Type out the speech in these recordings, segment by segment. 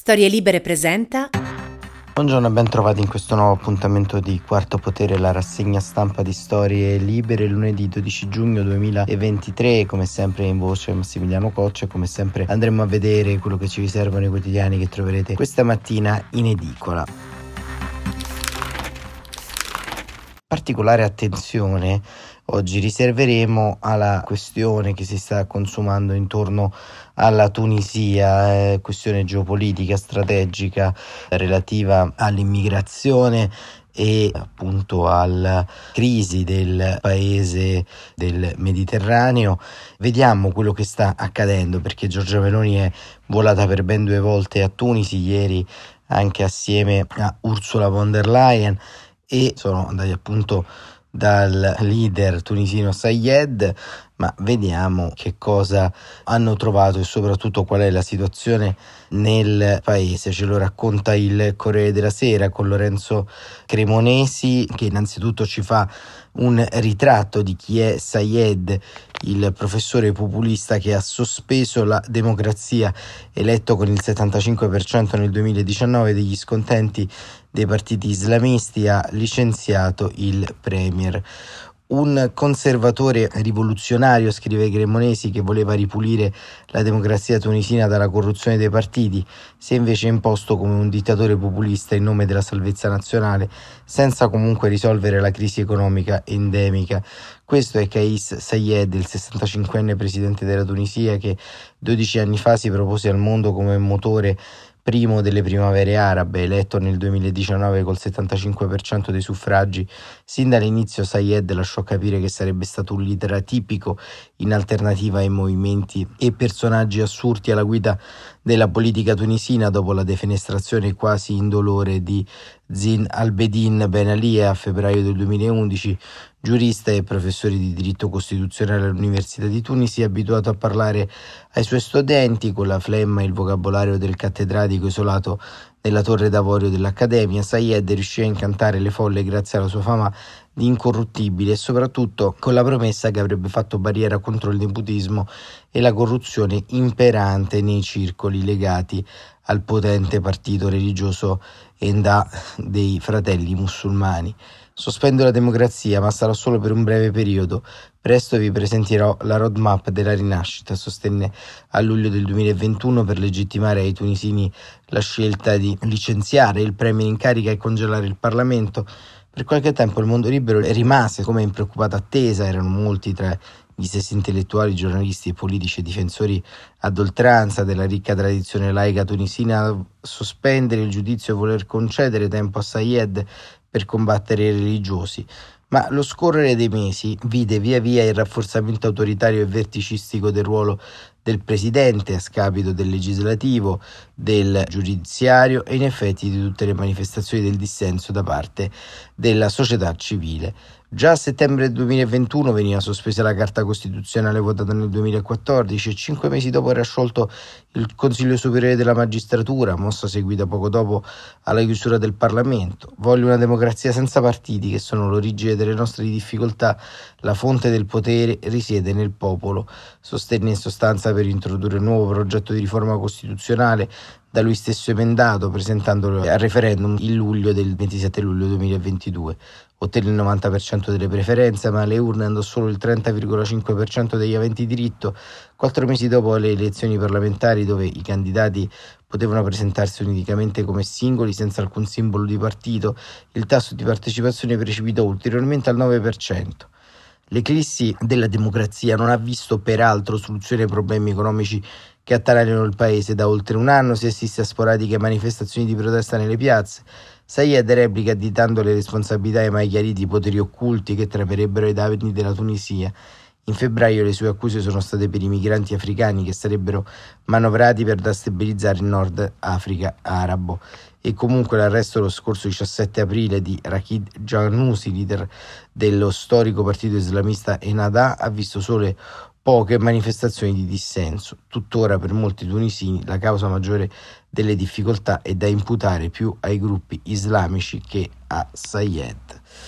Storie Libere presenta. Buongiorno e ben trovati in questo nuovo appuntamento di Quarto Potere, la rassegna stampa di Storie Libere, lunedì 12 giugno 2023, come sempre in voce Massimiliano Coccia, e come sempre andremo a vedere quello che ci riservano i quotidiani che troverete questa mattina in edicola. Particolare attenzione oggi riserveremo alla questione che si sta consumando intorno alla Tunisia, questione geopolitica strategica relativa all'immigrazione e appunto alla crisi del paese del Mediterraneo. Vediamo quello che sta accadendo, perché Giorgia Meloni è volata per ben 2 volte a Tunisi, ieri anche assieme a Ursula von der Leyen, e sono andati appunto dal leader tunisino Sayed, ma vediamo che cosa hanno trovato e soprattutto qual è la situazione nel paese. Ce lo racconta il Corriere della Sera con Lorenzo Cremonesi, che innanzitutto ci fa un ritratto di chi è Sayed, il professore populista che ha sospeso la democrazia, eletto con il 75% nel 2019 degli scontenti dei partiti islamisti, ha licenziato il premier. Un conservatore rivoluzionario, scrive Cremonesi, che voleva ripulire la democrazia tunisina dalla corruzione dei partiti, si è invece imposto come un dittatore populista in nome della salvezza nazionale, senza comunque risolvere la crisi economica endemica. Questo è Kais Saied, il 65enne presidente della Tunisia, che 12 anni fa si propose al mondo come motore primo delle primavere arabe, eletto nel 2019 col 75% dei suffragi. Sin dall'inizio Sayed lasciò capire che sarebbe stato un leader atipico, in alternativa ai movimenti e personaggi assurti alla guida della politica tunisina dopo la defenestrazione quasi indolore di Zine al-Abidine Ben Ali a febbraio del 2011. Giurista e professore di diritto costituzionale all'Università di Tunisi, abituato a parlare ai suoi studenti con la flemma e il vocabolario del cattedratico isolato nella torre d'avorio dell'Accademia, Sayed riuscì a incantare le folle grazie alla sua fama di incorruttibile e soprattutto con la promessa che avrebbe fatto barriera contro il nepotismo e la corruzione imperante nei circoli legati al potente partito religioso Enda dei Fratelli Musulmani. Sospendo la democrazia, ma sarà solo per un breve periodo. Presto vi presenterò la roadmap della rinascita, sostenne a luglio del 2021 per legittimare ai tunisini la scelta di licenziare il premier in carica e congelare il Parlamento. Per qualche tempo il mondo libero rimase come in preoccupata attesa, erano molti tra gli stessi intellettuali, giornalisti e politici e difensori ad oltranza della ricca tradizione laica tunisina a sospendere il giudizio e voler concedere tempo a Sayed per combattere i religiosi. Ma lo scorrere dei mesi vide via via il rafforzamento autoritario e verticistico del ruolo del presidente a scapito del legislativo, del giudiziario e in effetti di tutte le manifestazioni del dissenso da parte della società civile. Già a settembre 2021 veniva sospesa la Carta Costituzionale votata nel 2014 e 5 mesi dopo era sciolto il Consiglio Superiore della Magistratura, mossa seguita poco dopo alla chiusura del Parlamento. Voglio una democrazia senza partiti, che sono l'origine delle nostre difficoltà. La fonte del potere risiede nel popolo, sostenne in sostanza per introdurre un nuovo progetto di riforma costituzionale da lui stesso emendato, presentandolo al referendum il 27 luglio 2022. Ottenne il 90% delle preferenze, ma alle urne andò solo il 30,5% degli aventi diritto. 4 mesi dopo le elezioni parlamentari, dove i candidati potevano presentarsi unicamente come singoli senza alcun simbolo di partito, il tasso di partecipazione precipitò ulteriormente al 9%. L'eclissi della democrazia non ha visto peraltro soluzione ai problemi economici che attanagliano il paese. Da oltre un anno si assiste a sporadiche manifestazioni di protesta nelle piazze. Sayed replica additando le responsabilità ai mai chiariti poteri occulti che traperebbero i danni della Tunisia. In febbraio le sue accuse sono state per i migranti africani che sarebbero manovrati per destabilizzare il Nord Africa arabo. E comunque l'arresto lo scorso 17 aprile di Rachid Ghannouchi, leader dello storico partito islamista Ennahda, ha visto solo poche manifestazioni di dissenso. Tuttora per molti tunisini la causa maggiore delle difficoltà è da imputare più ai gruppi islamici che a Sayed.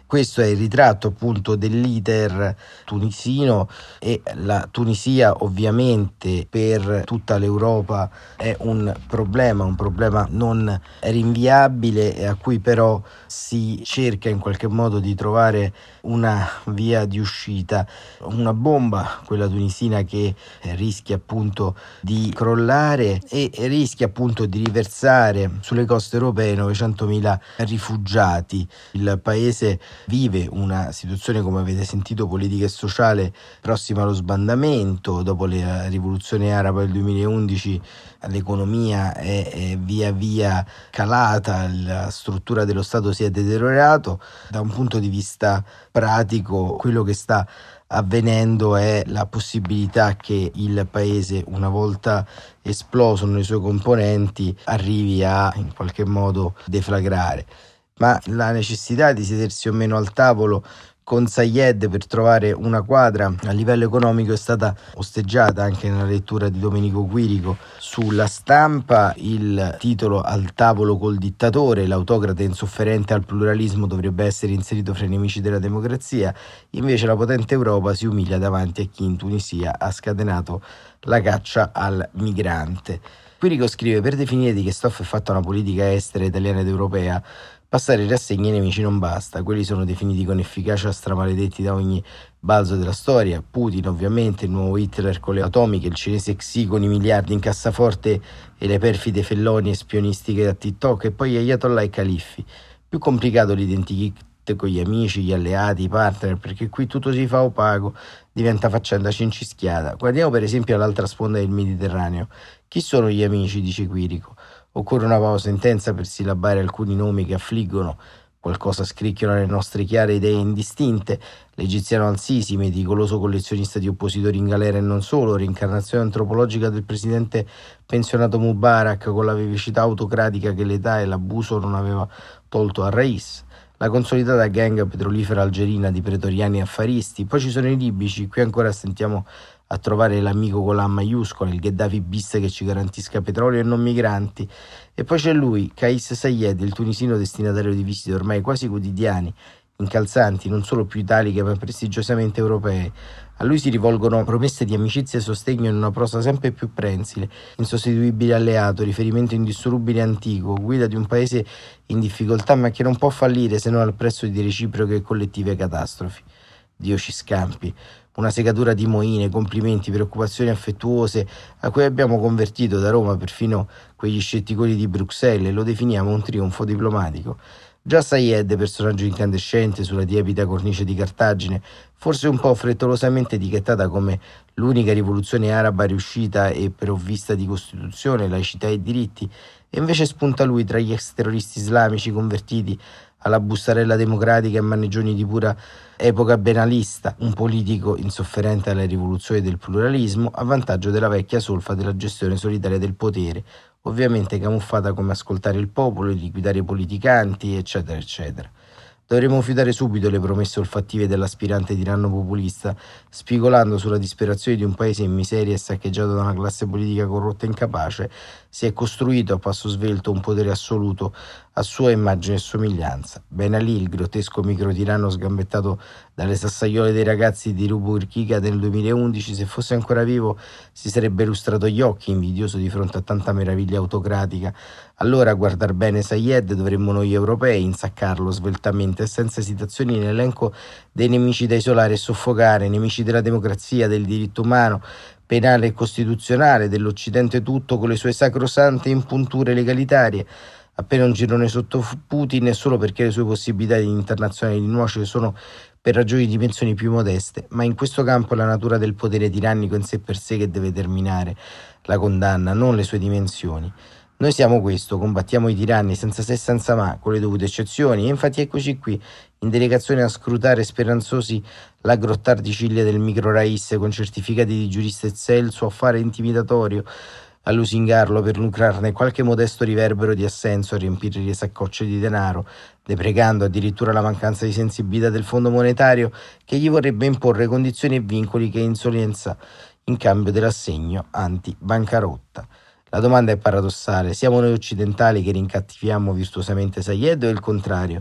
Questo è il ritratto appunto dell'iter tunisino, e la Tunisia ovviamente per tutta l'Europa è un problema non rinviabile, e a cui però si cerca in qualche modo di trovare una via di uscita. Una bomba, quella tunisina, che rischia appunto di crollare e rischia appunto di riversare sulle coste europee 900.000 rifugiati. Il paese vive una situazione, come avete sentito, politica e sociale prossima allo sbandamento. Dopo la rivoluzione araba del 2011 l'economia è via via calata, la struttura dello Stato si è deteriorato. Da un punto di vista pratico, quello che sta avvenendo è la possibilità che il paese, una volta esploso nei suoi componenti, arrivi a in qualche modo deflagrare. Ma la necessità di sedersi o meno al tavolo con Saied per trovare una quadra a livello economico è stata osteggiata anche nella lettura di Domenico Quirico sulla Stampa. Il titolo "Al tavolo col dittatore, l'autocrate insofferente al pluralismo dovrebbe essere inserito fra i nemici della democrazia", invece la potente Europa si umilia davanti a chi in Tunisia ha scatenato la caccia al migrante. Quirico scrive: "Per definire di che stoffa è fatta una politica estera italiana ed europea, passare in rassegna i nemici non basta, quelli sono definiti con efficacia stramaledetti da ogni balzo della storia. Putin, ovviamente, il nuovo Hitler con le atomiche, il cinese Xi con i miliardi in cassaforte e le perfide fellonie spionistiche da TikTok, e poi Ayatollah e califfi. Più complicato l'identikit con gli amici, gli alleati, i partner, perché qui tutto si fa opaco, diventa faccenda cincischiata. Guardiamo per esempio all'altra sponda del Mediterraneo. Chi sono gli amici?", dice Quirico. Occorre una pausa intensa per sillabare alcuni nomi che affliggono. Qualcosa scricchiola le nostre chiare idee indistinte. L'egiziano Al-Sisi, meticoloso collezionista di oppositori in galera e non solo, reincarnazione antropologica del presidente pensionato Mubarak, con la vivacità autocratica che l'età e l'abuso non aveva tolto a Rais. La consolidata gang petrolifera algerina di pretoriani affaristi. Poi ci sono i libici, qui ancora sentiamo a trovare l'amico con la maiuscola, il Gheddafi bis che ci garantisca petrolio e non migranti. E poi c'è lui, Kais Saied, il tunisino destinatario di visite ormai quasi quotidiani, incalzanti, non solo più italiche ma prestigiosamente europee. A lui si rivolgono promesse di amicizia e sostegno in una prosa sempre più prensile, insostituibile alleato, riferimento indissolubile antico, guida di un paese in difficoltà ma che non può fallire se non al prezzo di reciproche e collettive catastrofi. Dio ci scampi. Una segatura di moine, complimenti, preoccupazioni affettuose a cui abbiamo convertito da Roma perfino quegli scetticoni di Bruxelles, e lo definiamo un trionfo diplomatico. Già Saied, personaggio incandescente sulla tiepida cornice di Cartagine, forse un po' frettolosamente etichettata come l'unica rivoluzione araba riuscita e provvista di Costituzione, laicità e diritti, e invece spunta lui tra gli ex terroristi islamici convertiti alla bustarella democratica e maneggioni di pura epoca benalista, un politico insofferente alla rivoluzione del pluralismo a vantaggio della vecchia solfa della gestione solitaria del potere, ovviamente camuffata come ascoltare il popolo, liquidare i politicanti, eccetera, eccetera. Dovremmo fiutare subito le promesse olfattive dell'aspirante tiranno populista, spigolando sulla disperazione di un paese in miseria e saccheggiato da una classe politica corrotta e incapace. Si è costruito a passo svelto un potere assoluto a sua immagine e somiglianza. Ben Ali, il grottesco microtiranno sgambettato dalle sassaiole dei ragazzi di Ruburkika nel 2011, se fosse ancora vivo, si sarebbe lustrato gli occhi, invidioso di fronte a tanta meraviglia autocratica. Allora, a guardar bene Saied, dovremmo noi europei insaccarlo sveltamente e senza esitazioni in elenco dei nemici da isolare e soffocare, nemici della democrazia, del diritto umano, penale e costituzionale, dell'Occidente tutto con le sue sacrosante impunture legalitarie. Appena un girone sotto Putin, e solo perché le sue possibilità internazionali di nuocere sono per ragioni di dimensioni più modeste, ma in questo campo è la natura del potere tirannico in sé per sé che deve determinare la condanna, non le sue dimensioni. Noi siamo questo, combattiamo i tiranni senza se e senza ma, con le dovute eccezioni, e infatti eccoci qui, in delegazione a scrutare speranzosi l'aggrottar ciglia del micro Rais con certificati di giurista eccelso, affare intimidatorio, a lusingarlo per lucrarne qualche modesto riverbero di assenso, a riempire le saccocce di denaro, deprecando addirittura la mancanza di sensibilità del Fondo monetario che gli vorrebbe imporre condizioni e vincoli che insolenza in cambio dell'assegno anti-bancarotta. La domanda è paradossale: siamo noi occidentali che rincattiviamo virtuosamente Saied o il contrario?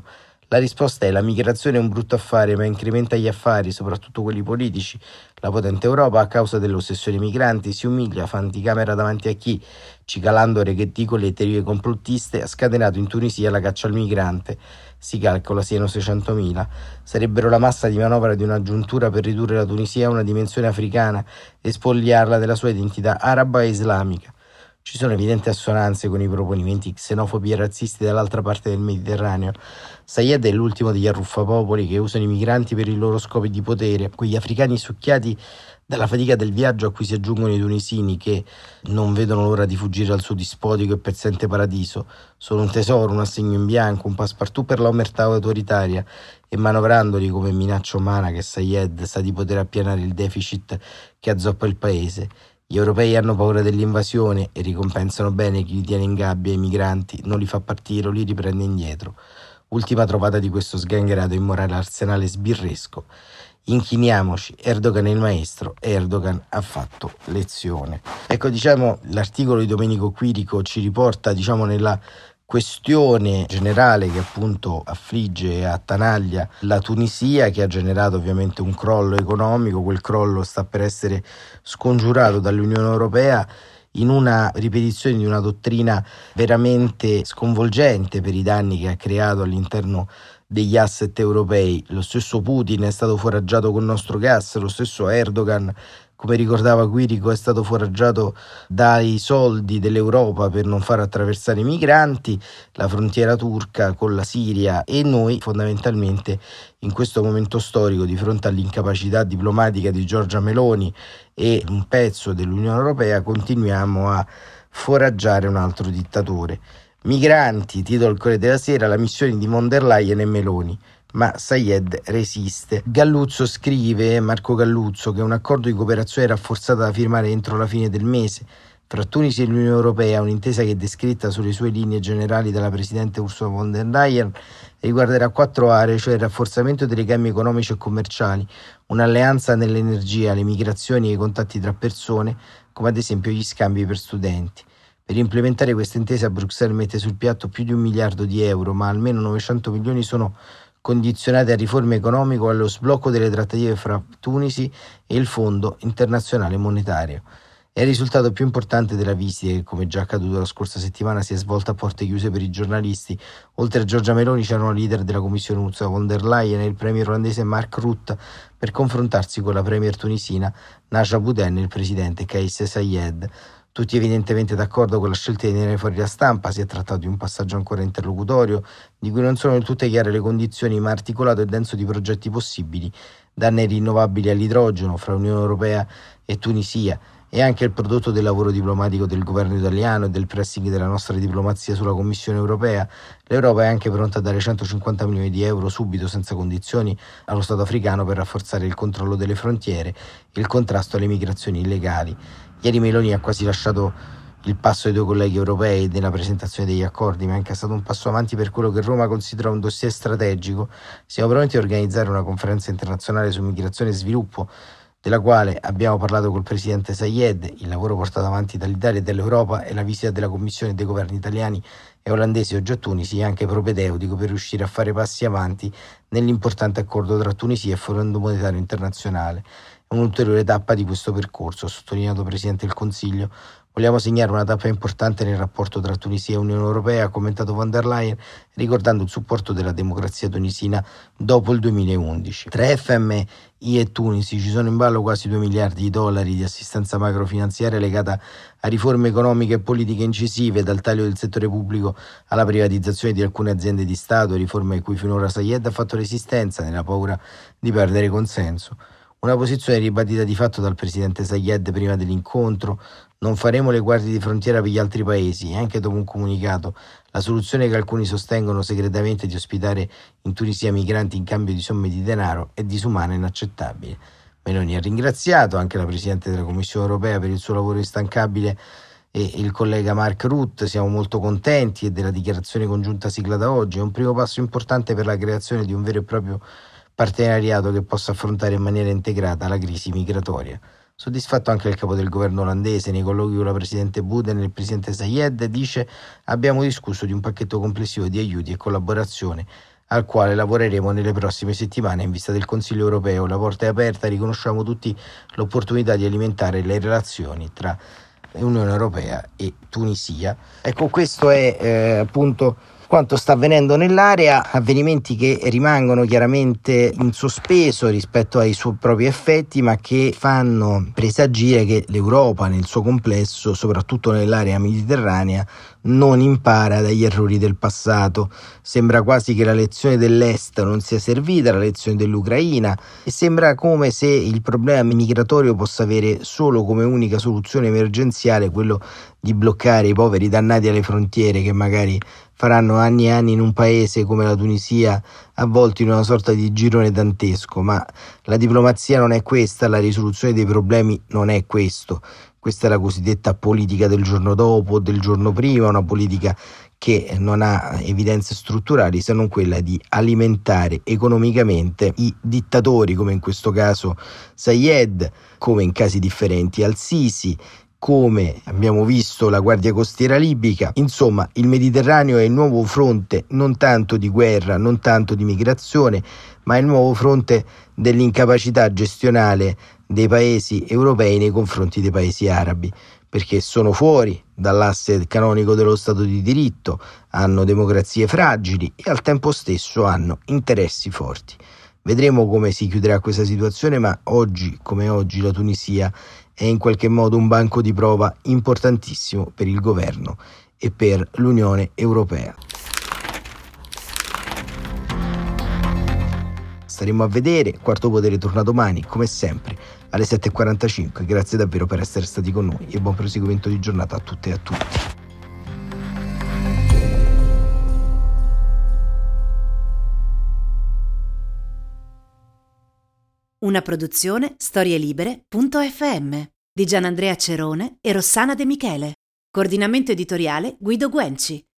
La risposta è: la migrazione è un brutto affare, ma incrementa gli affari, soprattutto quelli politici. La potente Europa, a causa dell'ossessione migranti, si umilia, fa anticamera davanti a chi, cicalando reticole e teorie complottiste, ha scatenato in Tunisia la caccia al migrante. Si calcola siano 600.000. Sarebbero la massa di manovra di una giuntura per ridurre la Tunisia a una dimensione africana e spogliarla della sua identità araba e islamica. Ci sono evidenti assonanze con i proponimenti xenofobi e razzisti dall'altra parte del Mediterraneo. Sayed è l'ultimo degli arruffapopoli che usano i migranti per i loro scopi di potere, quegli africani succhiati dalla fatica del viaggio a cui si aggiungono i tunisini che non vedono l'ora di fuggire dal suo dispotico e pezzente paradiso. Sono un tesoro, un assegno in bianco, un passepartout per l'omertà autoritaria, e manovrandoli come minaccia umana che Sayed sa di poter appianare il deficit che azzoppa il paese. Gli europei hanno paura dell'invasione e ricompensano bene chi li tiene in gabbia, i migranti, non li fa partire o li riprende indietro. Ultima trovata di questo sgangherato e immorale arsenale sbirresco. Inchiniamoci, Erdogan è il maestro, Erdogan ha fatto lezione. Ecco, l'articolo di Domenico Quirico ci riporta, nella questione generale che appunto affligge e attanaglia la Tunisia, che ha generato ovviamente un crollo economico. Quel crollo sta per essere scongiurato dall'Unione Europea in una ripetizione di una dottrina veramente sconvolgente per i danni che ha creato all'interno degli asset europei. Lo stesso Putin è stato foraggiato col nostro gas, lo stesso Erdogan, come ricordava Quirico, è stato foraggiato dai soldi dell'Europa per non far attraversare i migranti, la frontiera turca con la Siria, e noi fondamentalmente in questo momento storico, di fronte all'incapacità diplomatica di Giorgia Meloni e un pezzo dell'Unione Europea, continuiamo a foraggiare un altro dittatore. Migranti, titolo il Corriere della Sera, la missione di von der Leyen e Meloni. Ma Sayed resiste. Marco Galluzzo, che un accordo di cooperazione rafforzata da firmare entro la fine del mese fra Tunisi e l'Unione Europea, un'intesa che è descritta sulle sue linee generali dalla Presidente Ursula von der Leyen, riguarderà 4 aree, cioè il rafforzamento dei legami economici e commerciali, un'alleanza nell'energia, le migrazioni e i contatti tra persone, come ad esempio gli scambi per studenti. Per implementare questa intesa Bruxelles mette sul piatto più di 1 miliardo di euro, ma almeno 900 milioni sono condizionate a riforme economiche o allo sblocco delle trattative fra Tunisi e il Fondo Internazionale Monetario. È il risultato più importante della visita, che, come già accaduto la scorsa settimana, si è svolta a porte chiuse per i giornalisti. Oltre a Giorgia Meloni c'erano i leader della Commissione Ursula von der Leyen e il premier olandese Mark Rutte per confrontarsi con la premier tunisina Najah Bouden e il presidente Kais Saied. Tutti evidentemente d'accordo con la scelta di tenere fuori la stampa. Si è trattato di un passaggio ancora interlocutorio, di cui non sono del tutto chiare le condizioni, ma articolato e denso di progetti possibili, dalle rinnovabili all'idrogeno fra Unione Europea e Tunisia, e anche il prodotto del lavoro diplomatico del governo italiano e del pressing della nostra diplomazia sulla Commissione Europea. L'Europa è anche pronta a dare 150 milioni di euro subito, senza condizioni, allo Stato africano per rafforzare il controllo delle frontiere e il contrasto alle migrazioni illegali. Ieri Meloni ha quasi lasciato il passo ai 2 colleghi europei nella presentazione degli accordi, ma è anche stato un passo avanti per quello che Roma considera un dossier strategico. Siamo pronti a organizzare una conferenza internazionale su migrazione e sviluppo, della quale abbiamo parlato col presidente Saied. Il lavoro portato avanti dall'Italia e dall'Europa e la visita della Commissione e dei governi italiani e olandesi oggi a Tunisi è anche propedeutico per riuscire a fare passi avanti nell'importante accordo tra Tunisia e Fondo Monetario Internazionale. È un'ulteriore tappa di questo percorso, ha sottolineato il Presidente del Consiglio. Vogliamo segnare una tappa importante nel rapporto tra Tunisia e Unione Europea, ha commentato von der Leyen, ricordando il supporto della democrazia tunisina dopo il 2011. Tra FMI e Tunisi ci sono in ballo quasi 2 miliardi di dollari di assistenza macrofinanziaria legata a riforme economiche e politiche incisive, dal taglio del settore pubblico alla privatizzazione di alcune aziende di Stato, riforme a cui finora Saied ha fatto resistenza nella paura di perdere consenso. Una posizione ribadita di fatto dal presidente Saied prima dell'incontro: non faremo le guardie di frontiera per gli altri paesi, e anche dopo un comunicato. La soluzione che alcuni sostengono segretamente di ospitare in Tunisia migranti in cambio di somme di denaro è disumana e inaccettabile. Meloni ha ringraziato anche la Presidente della Commissione Europea per il suo lavoro instancabile e il collega Mark Rutte. Siamo molto contenti e della dichiarazione congiunta siglata oggi. È un primo passo importante per la creazione di un vero e proprio partenariato che possa affrontare in maniera integrata la crisi migratoria. Soddisfatto anche il capo del governo olandese. Nei colloqui con la Presidente Bouden e il Presidente Saied, dice: abbiamo discusso di un pacchetto complessivo di aiuti e collaborazione al quale lavoreremo nelle prossime settimane in vista del Consiglio europeo. La porta è aperta, riconosciamo tutti l'opportunità di alimentare le relazioni tra Unione Europea e Tunisia. Ecco, questo è appunto quanto sta avvenendo nell'area, avvenimenti che rimangono chiaramente in sospeso rispetto ai suoi propri effetti, ma che fanno presagire che l'Europa nel suo complesso, soprattutto nell'area mediterranea, non impara dagli errori del passato. Sembra quasi che la lezione dell'Est non sia servita, la lezione dell'Ucraina, e sembra come se il problema migratorio possa avere solo come unica soluzione emergenziale quello di bloccare i poveri dannati alle frontiere che magari faranno anni e anni in un paese come la Tunisia, avvolti in una sorta di girone dantesco. Ma la diplomazia non è questa, la risoluzione dei problemi non è questo. Questa è la cosiddetta politica del giorno dopo o del giorno prima, una politica che non ha evidenze strutturali se non quella di alimentare economicamente i dittatori, come in questo caso Sayed, come in casi differenti al-Sisi, come abbiamo visto la Guardia Costiera libica. Insomma, il Mediterraneo è il nuovo fronte non tanto di guerra, non tanto di migrazione, ma è il nuovo fronte dell'incapacità gestionale dei paesi europei nei confronti dei paesi arabi, perché sono fuori dall'asse canonico dello Stato di diritto, hanno democrazie fragili e al tempo stesso hanno interessi forti. Vedremo come si chiuderà questa situazione, ma oggi come oggi la Tunisia è in qualche modo un banco di prova importantissimo per il governo e per l'Unione Europea. Staremo a vedere. Quarto Potere torna domani, come sempre, alle 7:45. Grazie davvero per essere stati con noi e buon proseguimento di giornata a tutte e a tutti. Una produzione storielibere.fm di Gianandrea Cerone e Rossana De Michele. Coordinamento editoriale Guido Guenci.